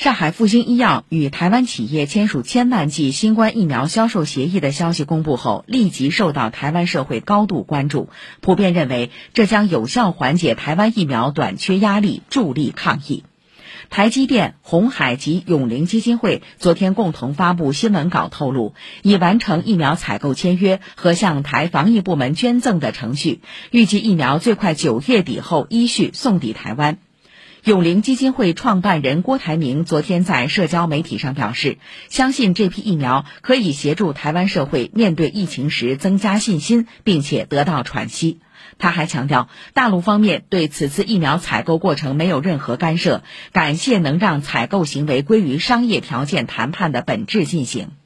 上海复星医药与台湾企业签署1000万剂新冠疫苗销售协议的消息公布后，立即受到台湾社会高度关注，普遍认为这将有效缓解台湾疫苗短缺压力，助力抗疫。台积电、鸿海及永龄基金会昨天共同发布新闻稿透露，已完成疫苗采购签约和向台防疫部门捐赠的程序，预计疫苗最快9月底后依序送抵台湾。永龄基金会创办人郭台铭昨天在社交媒体上表示，相信这批疫苗可以协助台湾社会面对疫情时增加信心，并且得到喘息。他还强调，大陆方面对此次疫苗采购过程没有任何干涉，感谢能让采购行为归于商业条件谈判的本质进行。